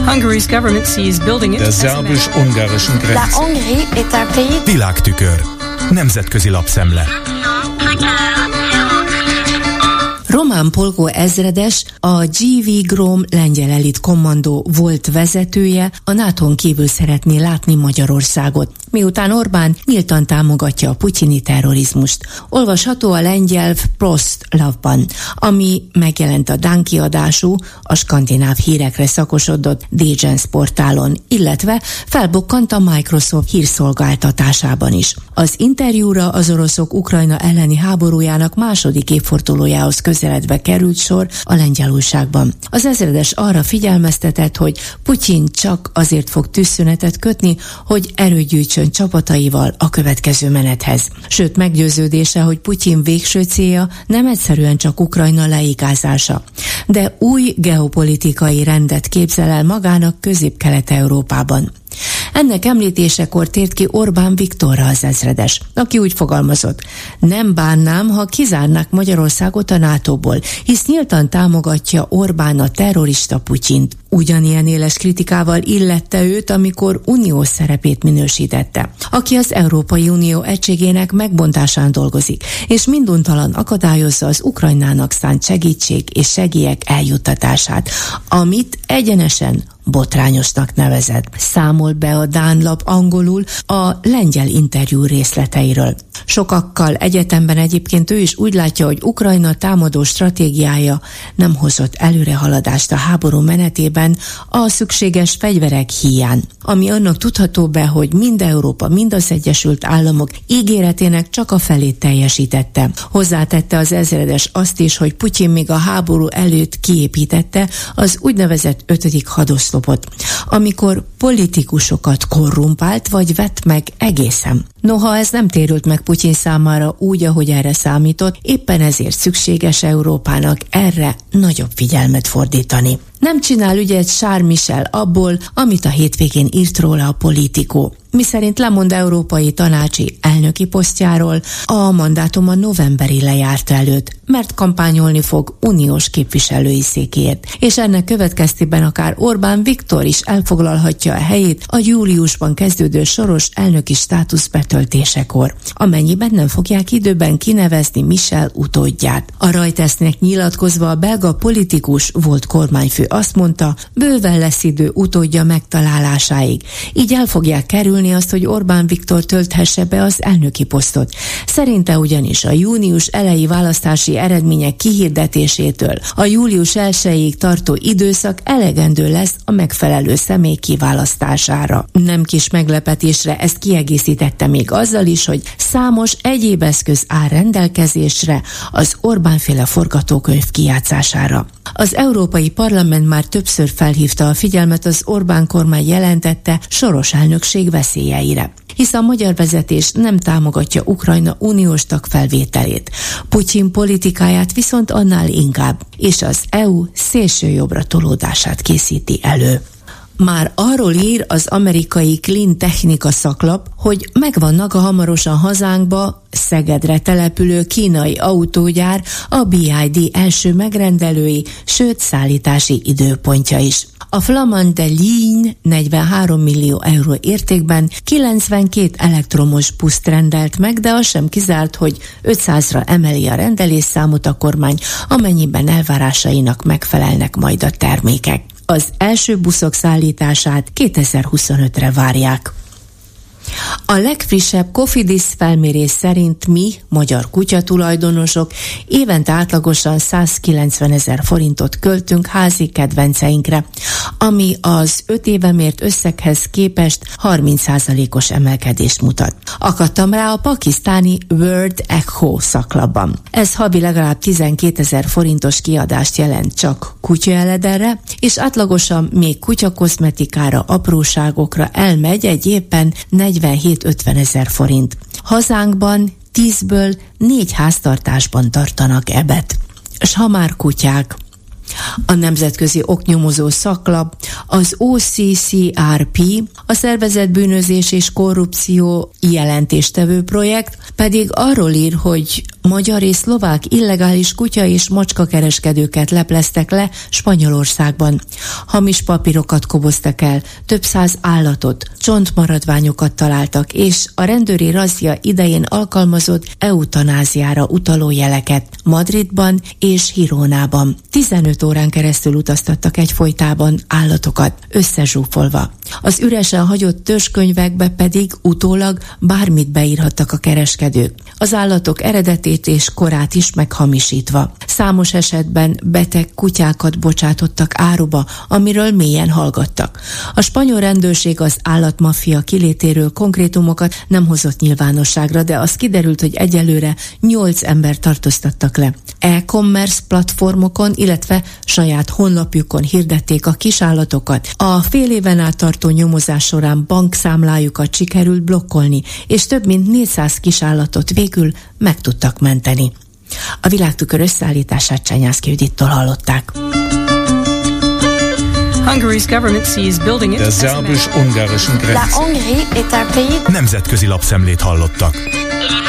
Hungary's government sees building it der szerbus-ungarischen Grenze. La Hongrie est un pays. Világtükör. Nemzetközi lapszemle. Roman Polgó ezredes, a GV Grom lengyel elit kommandó volt vezetője, a NATO-n kívül szeretné látni Magyarországot, miután Orbán nyíltan támogatja a putyini terrorizmust. Olvasható a lengyel Prostlapban, ami megjelent a Dán kiadású, a skandináv hírekre szakosodott Dégens portálon, illetve felbukkant a Microsoft hírszolgáltatásában is. Az interjúra az oroszok Ukrajna elleni háborújának második évfordulójához közeledve került sor a lengyel újságban. Az ezredes arra figyelmeztetett, hogy Putyin csak azért fog tűzszünetet kötni, hogy erőt gyűjtsön csapataival a következő menethez. Sőt, meggyőződése, hogy Putyin végső célja nem egyszerűen csak Ukrajna leigázása, de új geopolitikai rendet képzel el magának Közép-Kelet-Európában. Ennek említésekor tért ki Orbán Viktorra az ezredes, aki úgy fogalmazott: nem bánnám, ha kizárnák Magyarországot a NATO-ból, hisz nyíltan támogatja Orbán a terrorista Putyint. Ugyanilyen éles kritikával illette őt, amikor uniós szerepét minősítette, aki az Európai Unió egységének megbontásán dolgozik, és minduntalan akadályozza az Ukrajnának szánt segítség és segélyek eljuttatását, amit egyenesen botrányosnak nevezett. Számolt be a dán lap angolul a lengyel interjú részleteiről. Sokakkal egyetemben egyébként ő is úgy látja, hogy Ukrajna támadó stratégiája nem hozott előrehaladást a háború menetében a szükséges fegyverek hiány, ami annak tudható be, hogy mind Európa, mind az Egyesült Államok ígéretének csak a felét teljesítette. Hozzátette az ezredes azt is, hogy Putyin még a háború előtt kiépítette az úgynevezett 5. hadoszlopot, amikor politikusokat korrumpált vagy vett meg egészen. Noha ez nem térült meg Putyin számára úgy, ahogy erre számított, éppen ezért szükséges Európának erre nagyobb figyelmet fordítani. Nem csinál ügyet Charles Michel abból, amit a hétvégén írt róla a Politico, miszerint lemond európai tanácsi elnöki posztjáról a mandátuma novemberi lejárta előtt, mert kampányolni fog uniós képviselői székéért, és ennek következtében akár Orbán Viktor is elfoglalhatja a helyét a júliusban kezdődő soros elnöki státusz betöltésekor, amennyiben nem fogják időben kinevezni Michel utódját. A Reutersnek nyilatkozva a belga politikus volt kormányfő azt mondta, bőven lesz idő utódja megtalálásáig, így el fogják kerülni azt, hogy Orbán Viktor tölthesse be az elnöki posztot. Szerinte ugyanis a június eleji választási eredmények kihirdetésétől a július 1-ig tartó időszak elegendő lesz a megfelelő személy kiválasztására. Nem kis meglepetésre ezt kiegészítette még azzal is, hogy számos egyéb eszköz áll rendelkezésre az Orbán-féle forgatókönyv kijátszására. Az Európai Parlament már többször felhívta a figyelmet az Orbán kormány jelentette soros elnökség veszélyeire, hisz a magyar vezetés nem támogatja Ukrajna uniós tagfelvételét. Putyin politikáját viszont annál inkább, és az EU szélsőjobbra tolódását készíti elő. Már arról ír az amerikai Clean Technika szaklap, hogy megvannak a hamarosan hazánkba Szegedre települő kínai autógyár, a BYD első megrendelői, sőt szállítási időpontja is. A Flamand de Ligne 43 millió euró értékben 92 elektromos buszt rendelt meg, de az sem kizárt, hogy 500-ra emeli a rendelésszámot a kormány, amennyiben elvárásainak megfelelnek majd a termékek. Az első buszok szállítását 2025-re várják. A legfrissebb Cofidis felmérés szerint mi, magyar kutyatulajdonosok évente átlagosan 190 000 forintot költünk házi kedvenceinkre, ami az 5 éve mért összeghez képest 30%-os emelkedést mutat. Akadtam rá a pakisztáni World Echo szaklapban. Ez havi legalább 12 000 forintos kiadást jelent csak kutyaelederre, és átlagosan még kutyakozmetikára, apróságokra elmegy egy évben 47-50 000 forint. Hazánkban 10-ből 4 háztartásban tartanak ebet. S ha már kutyák. A nemzetközi oknyomozó szaklap Az OCCRP, a szervezett bűnözés és korrupció jelentéstevő projekt pedig arról ír, hogy magyar és szlovák illegális kutya- és macskakereskedőket lepleztek le Spanyolországban. Hamis papírokat koboztak el, több száz állatot, csontmaradványokat találtak, és a rendőri razzia idején alkalmazott eutanáziára utaló jeleket Madridban és Girónában. 15 órán keresztül utaztattak egyfolytában állatokat, összezsúfolva. Az üresen hagyott törzskönyvekbe pedig utólag bármit beírhattak a kereskedők, az állatok eredetét és korát is meghamisítva. Számos esetben beteg kutyákat bocsátottak áruba, amiről mélyen hallgattak. A spanyol rendőrség az állatmaffia kilétéről konkrétumokat nem hozott nyilvánosságra, de az kiderült, hogy egyelőre 8 ember tartóztattak le. E-commerce platformokon, illetve saját honlapjukon hirdették a kisállatokat. A fél éven át tartó nyomozás során bankszámlájukat sikerült blokkolni, és több mint 400 kisállatot végül meg tudtak menteni. A Világtükör összeállítását Csenyászki Judittól hallották. Hungary's government sees building it. Der szerbus-ungarischen Grenze. Nemzetközi lapszemlét hallottak.